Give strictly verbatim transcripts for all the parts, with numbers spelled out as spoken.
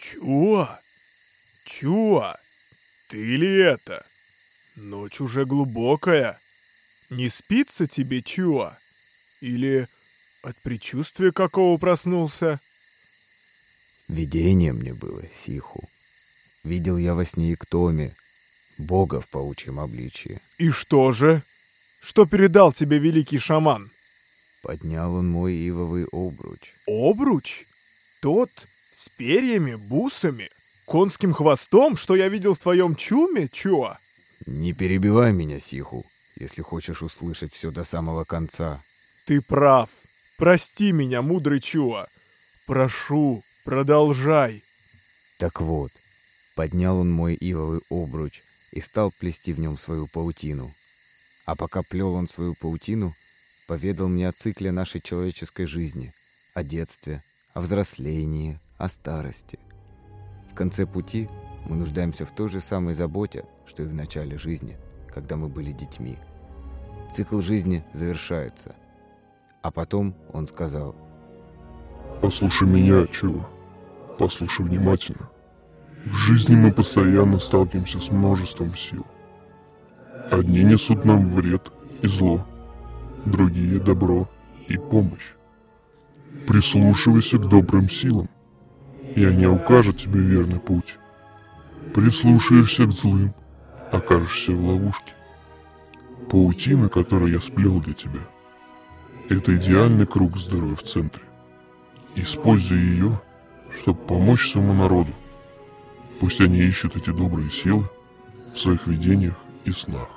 Чуа? Чуа? Ты ли это? Ночь уже глубокая. Не спится тебе, Чуа? Или от предчувствия какого проснулся? Видение мне было, Сиху. Видел я во сне Иктоми, бога в паучьем обличии. И что же? Что передал тебе великий шаман? Поднял он мой ивовый обруч. Обруч? Тот с перьями, бусами, конским хвостом, что я видел в твоем чуме, Чуа? Не перебивай меня, Сиху, если хочешь услышать все до самого конца. Ты прав. Прости меня, мудрый Чуа. Прошу, продолжай. Так вот, поднял он мой ивовый обруч и стал плести в нем свою паутину. А пока плел он свою паутину, поведал мне о цикле нашей человеческой жизни, о детстве, о взрослении, о старости. В конце пути мы нуждаемся в той же самой заботе, что и в начале жизни, когда мы были детьми. Цикл жизни завершается. А потом он сказал: «Послушай меня, Чуа, послушай внимательно. В жизни мы постоянно сталкиваемся с множеством сил. Одни несут нам вред и зло, другие — добро и помощь. Прислушивайся к добрым силам, и они укажут тебе верный путь. Прислушаешься к злым, окажешься в ловушке. Паутина, которую я сплел для тебя, это идеальный круг с дырой в центре. Используй ее, чтобы помочь своему народу. Пусть они ищут эти добрые силы в своих видениях и снах».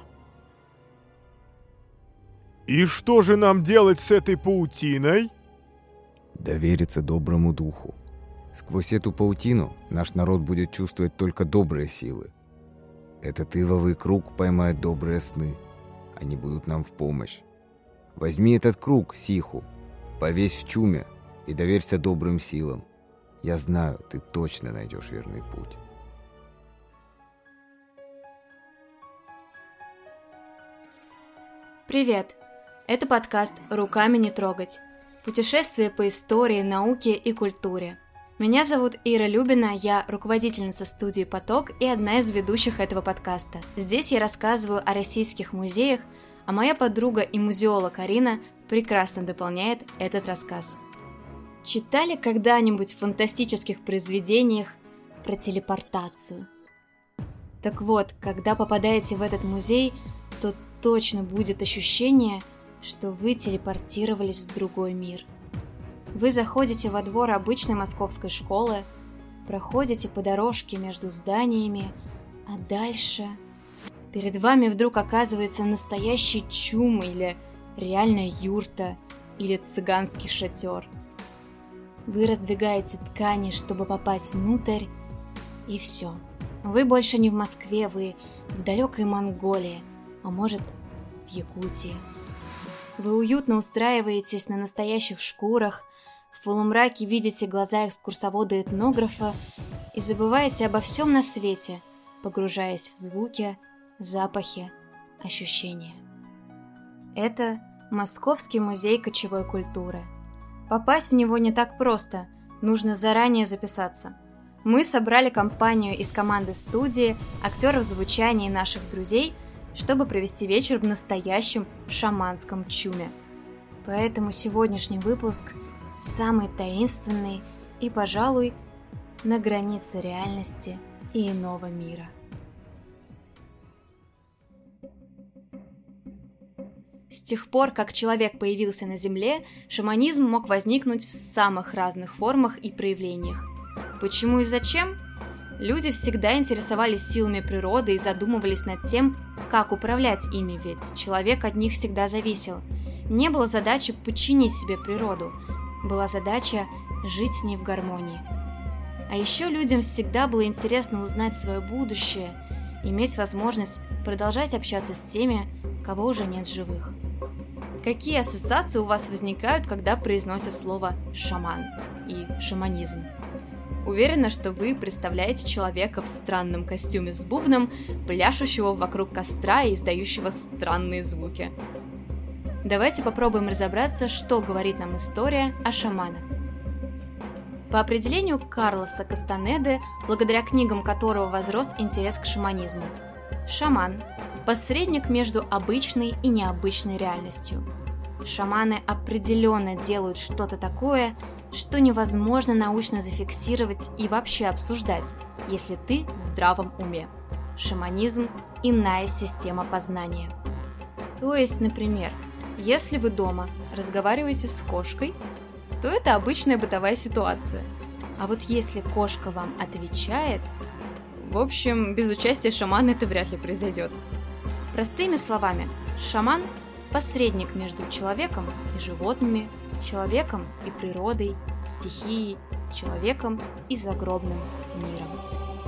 И что же нам делать с этой паутиной? Довериться доброму духу. Сквозь эту паутину наш народ будет чувствовать только добрые силы. Этот ивовый круг поймает добрые сны. Они будут нам в помощь. Возьми этот круг, Сиху, повесь в чуме и доверься добрым силам. Я знаю, ты точно найдешь верный путь. Привет! Это подкаст «Руками не трогать». Путешествие по истории, науке и культуре. Меня зовут Ира Любина, я руководительница студии «Поток» и одна из ведущих этого подкаста. Здесь я рассказываю о российских музеях, а моя подруга и музеолог Арина прекрасно дополняет этот рассказ. Читали когда-нибудь в фантастических произведениях про телепортацию? Так вот, когда попадаете в этот музей, то точно будет ощущение, что вы телепортировались в другой мир. Вы заходите во двор обычной московской школы, проходите по дорожке между зданиями, а дальше перед вами вдруг оказывается настоящий чум или реальная юрта или цыганский шатер. Вы раздвигаете ткани, чтобы попасть внутрь, и все. Вы больше не в Москве, вы в далекой Монголии, а может, в Якутии. Вы уютно устраиваетесь на настоящих шкурах, в полумраке видите глаза экскурсовода-этнографа и забываете обо всем на свете, погружаясь в звуки, запахи, ощущения. Это Московский музей кочевой культуры. Попасть в него не так просто, нужно заранее записаться. Мы собрали компанию из команды студии, актеров звучания и наших друзей, чтобы провести вечер в настоящем шаманском чуме. Поэтому сегодняшний выпуск самый таинственный и, пожалуй, на границе реальности и иного мира. С тех пор, как человек появился на Земле, шаманизм мог возникнуть в самых разных формах и проявлениях. Почему и зачем? Люди всегда интересовались силами природы и задумывались над тем, как управлять ими, ведь человек от них всегда зависел. Не было задачи подчинить себе природу, была задача жить с ней в гармонии. А еще людям всегда было интересно узнать свое будущее, иметь возможность продолжать общаться с теми, кого уже нет в живых. Какие ассоциации у вас возникают, когда произносят слово «шаман» и «шаманизм»? Уверена, что вы представляете человека в странном костюме с бубном, пляшущего вокруг костра и издающего странные звуки. Давайте попробуем разобраться, что говорит нам история о шаманах. По определению Карлоса Кастанеды, благодаря книгам которого возрос интерес к шаманизму, шаман – посредник между обычной и необычной реальностью. Шаманы определенно делают что-то такое, что невозможно научно зафиксировать и вообще обсуждать, если ты в здравом уме. Шаманизм – иная система познания. То есть, например, если вы дома разговариваете с кошкой, то это обычная бытовая ситуация. А вот если кошка вам отвечает, в общем, без участия шамана это вряд ли произойдет. Простыми словами, шаман – посредник между человеком и животными, человеком и природой, стихией, человеком и загробным миром.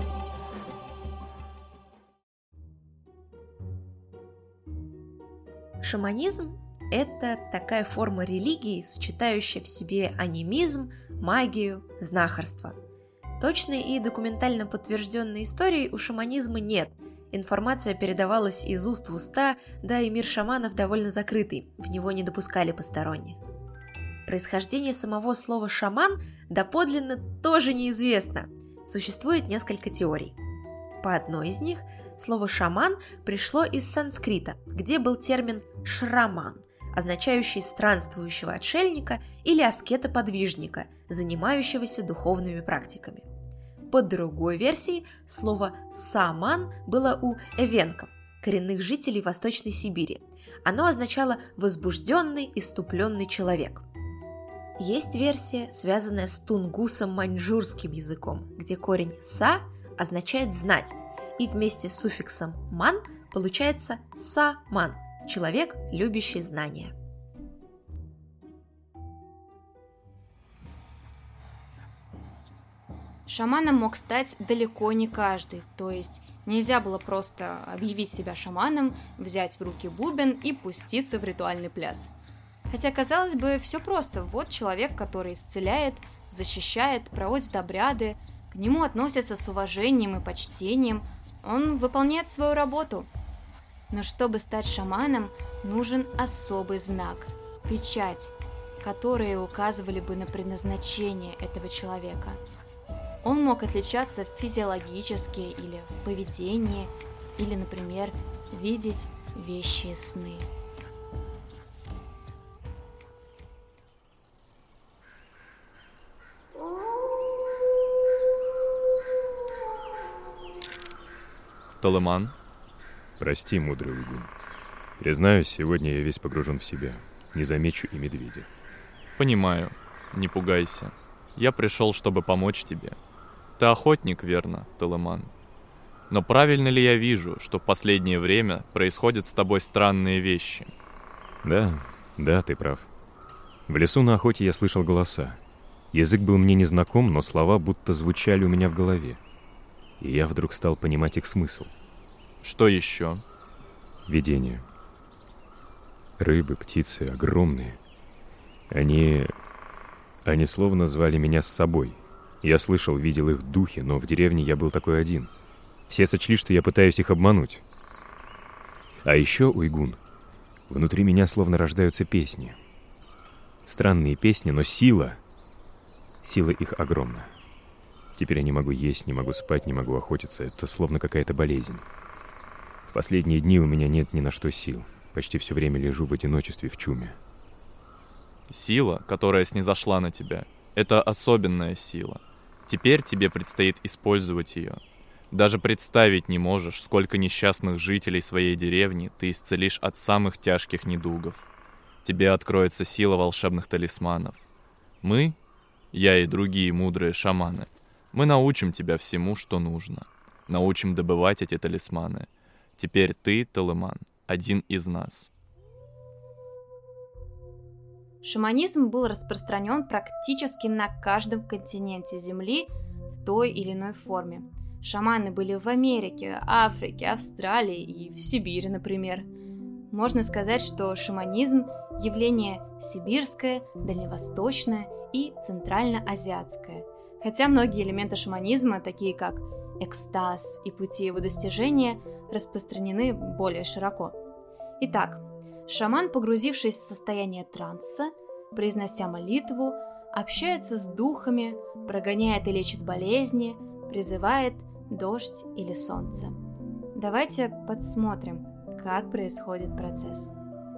Шаманизм – это такая форма религии, сочетающая в себе анимизм, магию, знахарство. Точной и документально подтвержденной истории у шаманизма нет. Информация передавалась из уст в уста, да и мир шаманов довольно закрытый, в него не допускали посторонних. Происхождение самого слова «шаман» доподлинно тоже неизвестно. Существует несколько теорий. По одной из них слово «шаман» пришло из санскрита, где был термин «шраман», означающий странствующего отшельника или аскета-подвижника, занимающегося духовными практиками. По другой версии, слово «саман» было у эвенков, коренных жителей Восточной Сибири. Оно означало «возбужденный, исступленный человек». Есть версия, связанная с тунгусом-маньчжурским языком, где корень «са» означает «знать», и вместе с суффиксом «ман» получается «са-ман» – человек, любящий знания. Шаманом мог стать далеко не каждый, то есть нельзя было просто объявить себя шаманом, взять в руки бубен и пуститься в ритуальный пляс. Хотя, казалось бы, все просто. Вот человек, который исцеляет, защищает, проводит обряды, к нему относятся с уважением и почтением, он выполняет свою работу. Но чтобы стать шаманом, нужен особый знак – печать, которые указывали бы на предназначение этого человека. Он мог отличаться физиологически или в поведении, или, например, видеть вещие сны. Телеман? Прости, мудрый Уйгун. Признаюсь, сегодня я весь погружен в себя. Не замечу и медведя. Понимаю. Не пугайся. Я пришел, чтобы помочь тебе. Ты охотник, верно, Телеман? Но правильно ли я вижу, что в последнее время происходят с тобой странные вещи? Да, да, ты прав. В лесу на охоте я слышал голоса. Язык был мне незнаком, но слова будто звучали у меня в голове. И я вдруг стал понимать их смысл. Что еще? Видение. Рыбы, птицы, огромные. Они... Они словно звали меня с собой. Я слышал, видел их духи, но в деревне я был такой один. Все сочли, что я пытаюсь их обмануть. А еще, Уйгун, внутри меня словно рождаются песни. Странные песни, но сила... Сила их огромна. Теперь я не могу есть, не могу спать, не могу охотиться. Это словно какая-то болезнь. В последние дни у меня нет ни на что сил. Почти все время лежу в одиночестве в чуме. Сила, которая снизошла на тебя, это особенная сила. Теперь тебе предстоит использовать ее. Даже представить не можешь, сколько несчастных жителей своей деревни ты исцелишь от самых тяжких недугов. Тебе откроется сила волшебных талисманов. Мы, я и другие мудрые шаманы, мы научим тебя всему, что нужно. Научим добывать эти талисманы. Теперь ты, Телеман, один из нас. Шаманизм был распространен практически на каждом континенте Земли в той или иной форме. Шаманы были в Америке, Африке, Австралии и в Сибири, например. Можно сказать, что шаманизм – явление сибирское, дальневосточное и центральноазиатское. Хотя многие элементы шаманизма, такие как экстаз и пути его достижения, распространены более широко. Итак, шаман, погрузившись в состояние транса, произнося молитву, общается с духами, прогоняет и лечит болезни, призывает дождь или солнце. Давайте подсмотрим, как происходит процесс.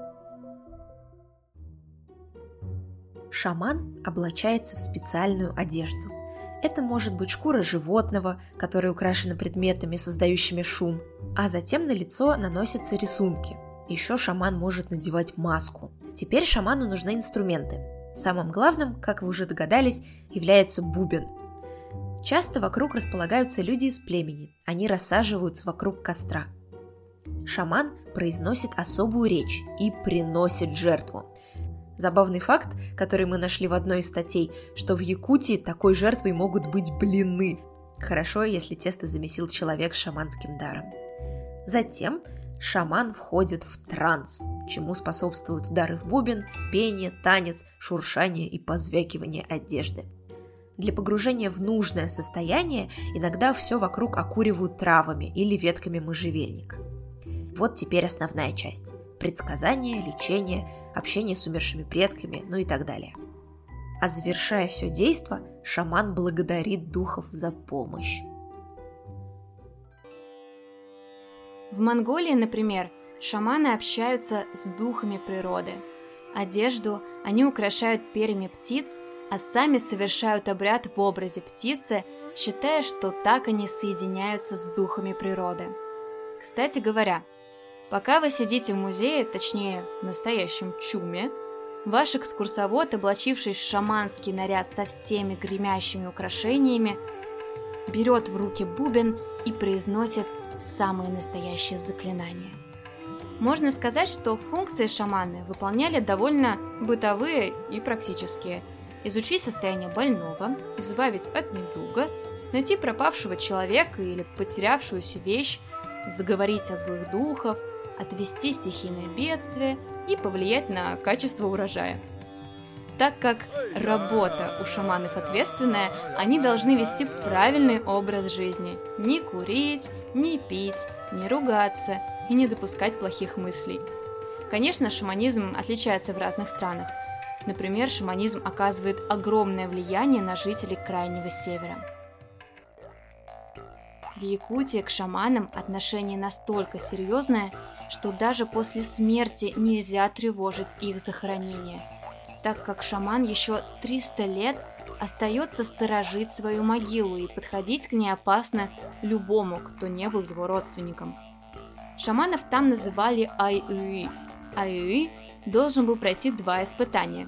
Шаман облачается в специальную одежду. Это может быть шкура животного, которая украшена предметами, создающими шум, а затем на лицо наносятся рисунки. Еще шаман может надевать маску. Теперь шаману нужны инструменты. Самым главным, как вы уже догадались, является бубен. Часто вокруг располагаются люди из племени, они рассаживаются вокруг костра. Шаман произносит особую речь и приносит жертву. Забавный факт, который мы нашли в одной из статей, что в Якутии такой жертвой могут быть блины. Хорошо, если тесто замесил человек с шаманским даром. Затем шаман входит в транс, чему способствуют удары в бубен, пение, танец, шуршание и позвякивание одежды. Для погружения в нужное состояние иногда все вокруг окуривают травами или ветками можжевельника. Вот теперь основная часть. Предсказание, лечение, общение с умершими предками, ну и так далее. А завершая все действо, шаман благодарит духов за помощь. В Монголии, например, шаманы общаются с духами природы. Одежду они украшают перьями птиц, а сами совершают обряд в образе птицы, считая, что так они соединяются с духами природы. Кстати говоря, пока вы сидите в музее, точнее, в настоящем чуме, ваш экскурсовод, облачившись в шаманский наряд со всеми гремящими украшениями, берет в руки бубен и произносит самые настоящие заклинания. Можно сказать, что функции шаманы выполняли довольно бытовые и практические. Изучить состояние больного, избавить от недуга, найти пропавшего человека или потерявшуюся вещь, заговорить от злых духов, отвести стихийное бедствие и повлиять на качество урожая. Так как работа у шаманов ответственная, они должны вести правильный образ жизни, не курить, не пить, не ругаться и не допускать плохих мыслей. Конечно, шаманизм отличается в разных странах. Например, шаманизм оказывает огромное влияние на жителей Крайнего Севера. В Якутии к шаманам отношение настолько серьезное, что даже после смерти нельзя тревожить их захоронение, так как шаман еще триста лет остается сторожить свою могилу, и подходить к ней опасно любому, кто не был его родственником. Шаманов там называли Ай-Уи. Ай-Уи должен был пройти два испытания.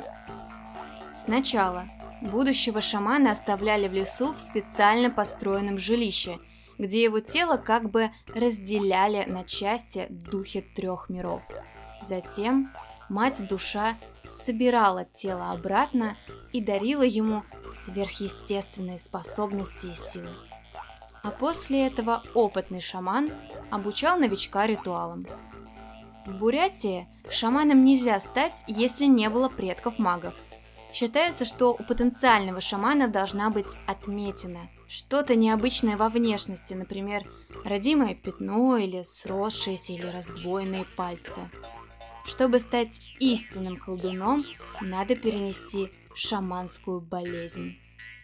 Сначала будущего шамана оставляли в лесу в специально построенном жилище, где его тело как бы разделяли на части духи трех миров. Затем мать-душа собирала тело обратно и дарила ему сверхъестественные способности и силы. А после этого опытный шаман обучал новичка ритуалам. В Бурятии шаманом нельзя стать, если не было предков-магов. Считается, что у потенциального шамана должна быть отметина, что-то необычное во внешности, например, родимое пятно или сросшиеся или раздвоенные пальцы. Чтобы стать истинным колдуном, надо перенести шаманскую болезнь.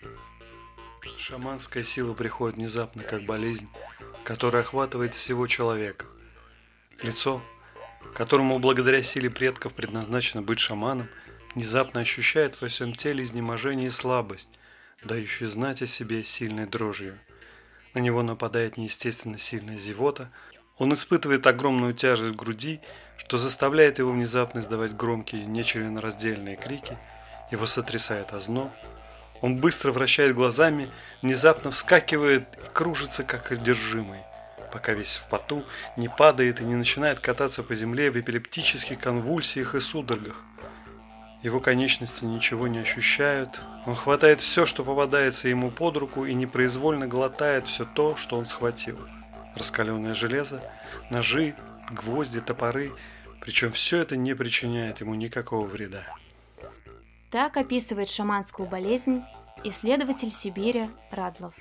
Шаманская сила приходит внезапно, как болезнь, которая охватывает всего человека. Лицо, которому благодаря силе предков предназначено быть шаманом, внезапно ощущает во всем теле изнеможение и слабость, дающую знать о себе сильной дрожью. На него нападает неестественно сильная зевота, он испытывает огромную тяжесть в груди, что заставляет его внезапно издавать громкие нечленораздельные крики, его сотрясает озноб, он быстро вращает глазами, внезапно вскакивает и кружится, как одержимый, пока весь в поту не падает и не начинает кататься по земле в эпилептических конвульсиях и судорогах. Его конечности ничего не ощущают, он хватает все, что попадается ему под руку, и непроизвольно глотает все то, что он схватил. Раскаленное железо, ножи, гвозди, топоры, причем все это не причиняет ему никакого вреда. Так описывает шаманскую болезнь исследователь Сибири Радлов.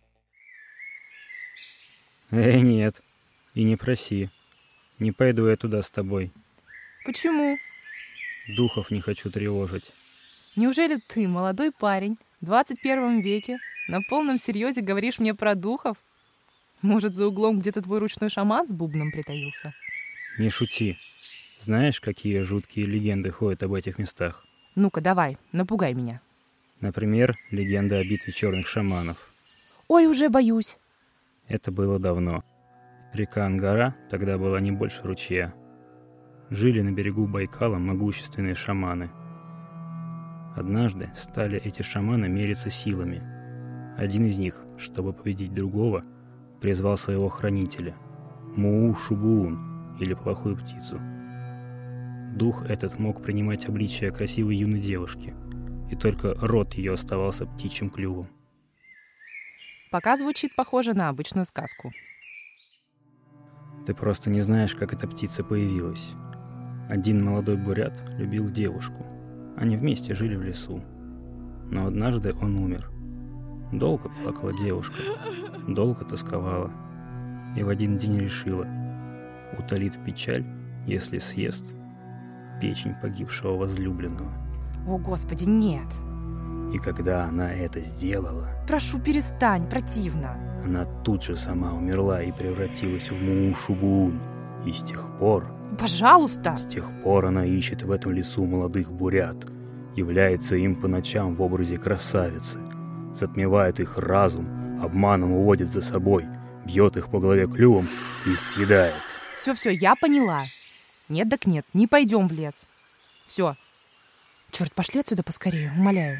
Э, нет, и не проси. Не пойду я туда с тобой. Почему? Духов не хочу тревожить. Неужели ты, молодой парень, в двадцать первом веке, на полном серьезе говоришь мне про духов? Может, за углом где-то твой ручной шаман с бубном притаился? Не шути. Знаешь, какие жуткие легенды ходят об этих местах? Ну-ка, давай, напугай меня. Например, легенда о битве черных шаманов. Ой, уже боюсь. Это было давно. Река Ангара тогда была не больше ручья. Жили на берегу Байкала могущественные шаманы. Однажды стали эти шаманы мериться силами. Один из них, чтобы победить другого, призвал своего хранителя – Муу-Шугуун, или плохую птицу. Дух этот мог принимать обличие красивой юной девушки, и только рот ее оставался птичьим клювом. Пока звучит похоже на обычную сказку. Ты просто не знаешь, как эта птица появилась. Один молодой бурят любил девушку. Они вместе жили в лесу. Но однажды он умер. Долго плакала девушка, долго тосковала. И в один день решила: утолит печаль, если съест печень погибшего возлюбленного. О, Господи, нет. И когда она это сделала... Прошу, перестань, противно. Она тут же сама умерла и превратилась в Муу-Шугуун. И с тех пор... Пожалуйста! С тех пор она ищет в этом лесу молодых бурят, является им по ночам в образе красавицы, затмевает их разум, обманом уводит за собой, бьет их по голове клювом и съедает. Все-все, я поняла. Нет так нет, не пойдем в лес. Все. Черт, пошли отсюда поскорее, умоляю.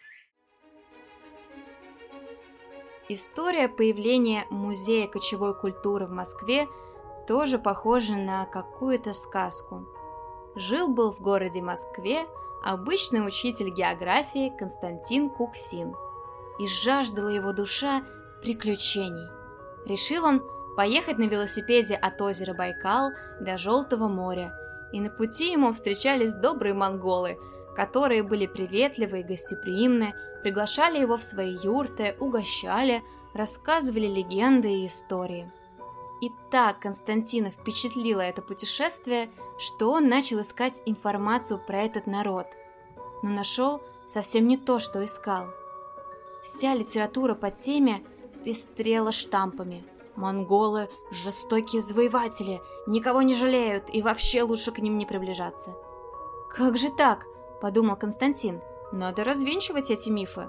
История появления Музея кочевой культуры в Москве тоже похожа на какую-то сказку. Жил-был в городе Москве обычный учитель географии Константин Куксин, и жаждала его душа приключений. Решил он поехать на велосипеде от озера Байкал до Желтого моря, и на пути ему встречались добрые монголы, которые были приветливы и гостеприимны, приглашали его в свои юрты, угощали, рассказывали легенды и истории. И так Константина впечатлило это путешествие, что он начал искать информацию про этот народ, но нашел совсем не то, что искал. Вся литература по теме пестрела штампами. Монголы – жестокие завоеватели, никого не жалеют и вообще лучше к ним не приближаться. «Как же так?» – подумал Константин. «Надо развенчивать эти мифы».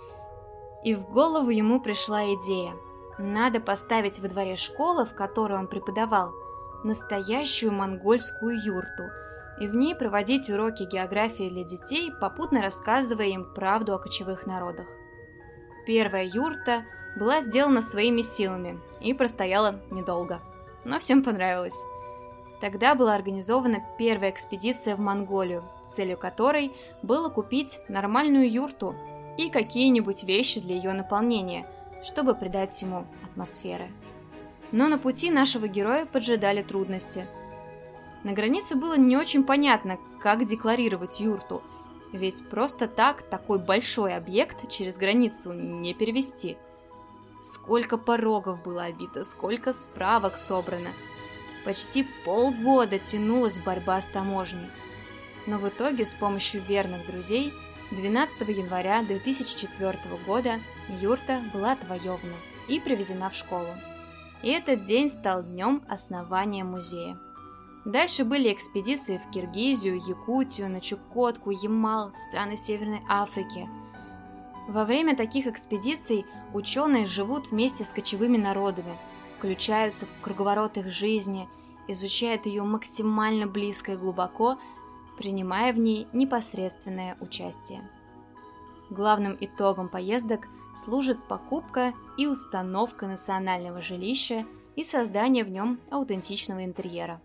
И в голову ему пришла идея. Надо поставить во дворе школы, в которой он преподавал, настоящую монгольскую юрту, и в ней проводить уроки географии для детей, попутно рассказывая им правду о кочевых народах. Первая юрта была сделана своими силами и простояла недолго, но всем понравилось. Тогда была организована первая экспедиция в Монголию, целью которой было купить нормальную юрту и какие-нибудь вещи для ее наполнения, чтобы придать всему атмосферы. Но на пути нашего героя поджидали трудности. На границе было не очень понятно, как декларировать юрту, ведь просто так такой большой объект через границу не перевезти. Сколько порогов было обито, сколько справок собрано. Почти полгода тянулась борьба с таможней. Но в итоге с помощью верных друзей двенадцатого января две тысячи четвёртого года юрта была отвоевана и привезена в школу. И этот день стал днем основания музея. Дальше были экспедиции в Киргизию, Якутию, на Чукотку, Ямал, в страны Северной Африки. Во время таких экспедиций ученые живут вместе с кочевыми народами, включаются в круговорот их жизни, изучают ее максимально близко и глубоко, принимая в ней непосредственное участие. Главным итогом поездок служит покупка и установка национального жилища и создание в нем аутентичного интерьера.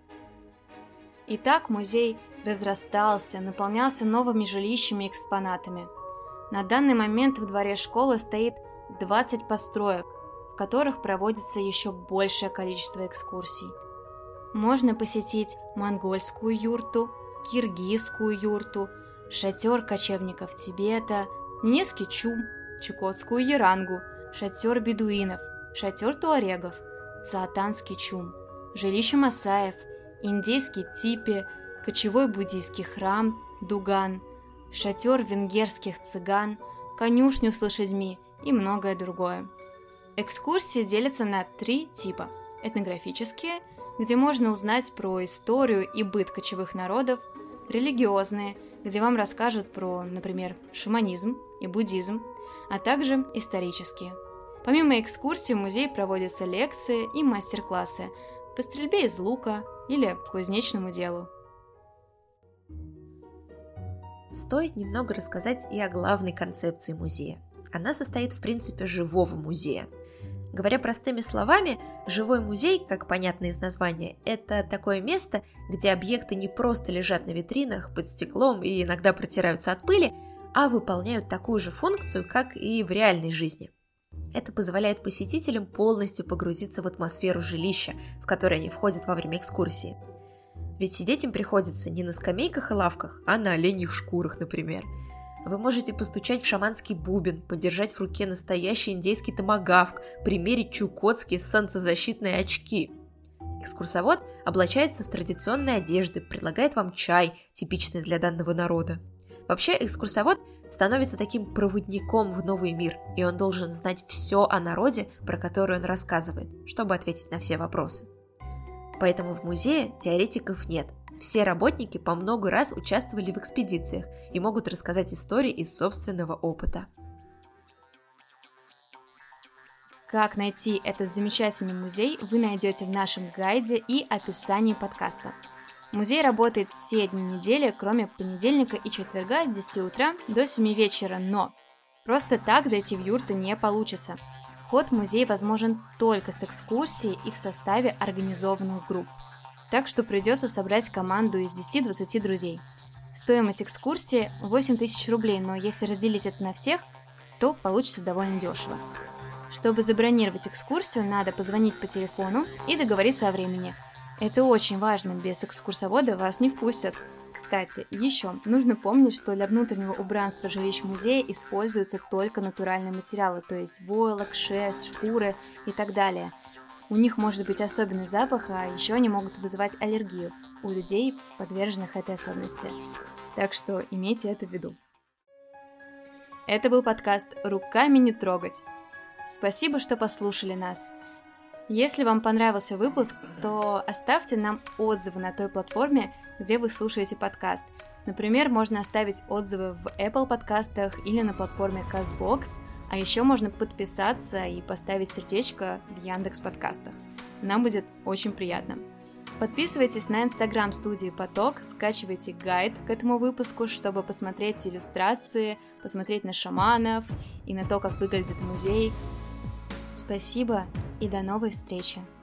Итак, музей разрастался, наполнялся новыми жилищами и экспонатами. На данный момент в дворе школы стоит двадцать построек, в которых проводится еще большее количество экскурсий. Можно посетить монгольскую юрту, киргизскую юрту, шатер кочевников Тибета, Ненецкий чум, чукотскую ярангу, шатер бедуинов, шатер туарегов, цаатанский чум, жилище масаев, индейский типи, кочевой буддийский храм, дуган, шатер венгерских цыган, конюшню с лошадьми и многое другое. Экскурсии делятся на три типа. Этнографические, где можно узнать про историю и быт кочевых народов, религиозные, где вам расскажут про, например, шаманизм и буддизм, а также исторические. Помимо экскурсий в музее проводятся лекции и мастер-классы по стрельбе из лука или кузнечному делу. Стоит немного рассказать и о главной концепции музея. Она состоит в принципе живого музея. Говоря простыми словами, живой музей, как понятно из названия, это такое место, где объекты не просто лежат на витринах под стеклом и иногда протираются от пыли, а выполняют такую же функцию, как и в реальной жизни. Это позволяет посетителям полностью погрузиться в атмосферу жилища, в которое они входят во время экскурсии. Ведь сидеть им приходится не на скамейках и лавках, а на оленьих шкурах, например. Вы можете постучать в шаманский бубен, подержать в руке настоящий индейский томагавк, примерить чукотские солнцезащитные очки. Экскурсовод облачается в традиционные одежды, предлагает вам чай, типичный для данного народа. Вообще, экскурсовод становится таким проводником в новый мир, и он должен знать все о народе, про который он рассказывает, чтобы ответить на все вопросы. Поэтому в музее теоретиков нет. Все работники по много раз участвовали в экспедициях и могут рассказать истории из собственного опыта. Как найти этот замечательный музей, вы найдете в нашем гайде и описании подкаста. Музей работает все дни недели, кроме понедельника и четверга с десяти утра до семи вечера, но просто так зайти в юрты не получится. Вход в музей возможен только с экскурсией и в составе организованных групп. Так что придется собрать команду из десяти-двадцати друзей. Стоимость экскурсии восемь тысяч рублей, но если разделить это на всех, то получится довольно дешево. Чтобы забронировать экскурсию, надо позвонить по телефону и договориться о времени. Это очень важно, без экскурсовода вас не впустят. Кстати, еще нужно помнить, что для внутреннего убранства жилищ музея используются только натуральные материалы, то есть войлок, шерсть, шкуры и так далее. У них может быть особенный запах, а еще они могут вызывать аллергию у людей, подверженных этой особенности. Так что имейте это в виду. Это был подкаст «Руками не трогать». Спасибо, что послушали нас. Если вам понравился выпуск, то оставьте нам отзывы на той платформе, где вы слушаете подкаст. Например, можно оставить отзывы в Apple подкастах или на платформе CastBox, а еще можно подписаться и поставить сердечко в Яндекс подкастах. Нам будет очень приятно. Подписывайтесь на инстаграм студии Поток, скачивайте гайд к этому выпуску, чтобы посмотреть иллюстрации, посмотреть на шаманов и на то, как выглядит музей. Спасибо и до новой встречи!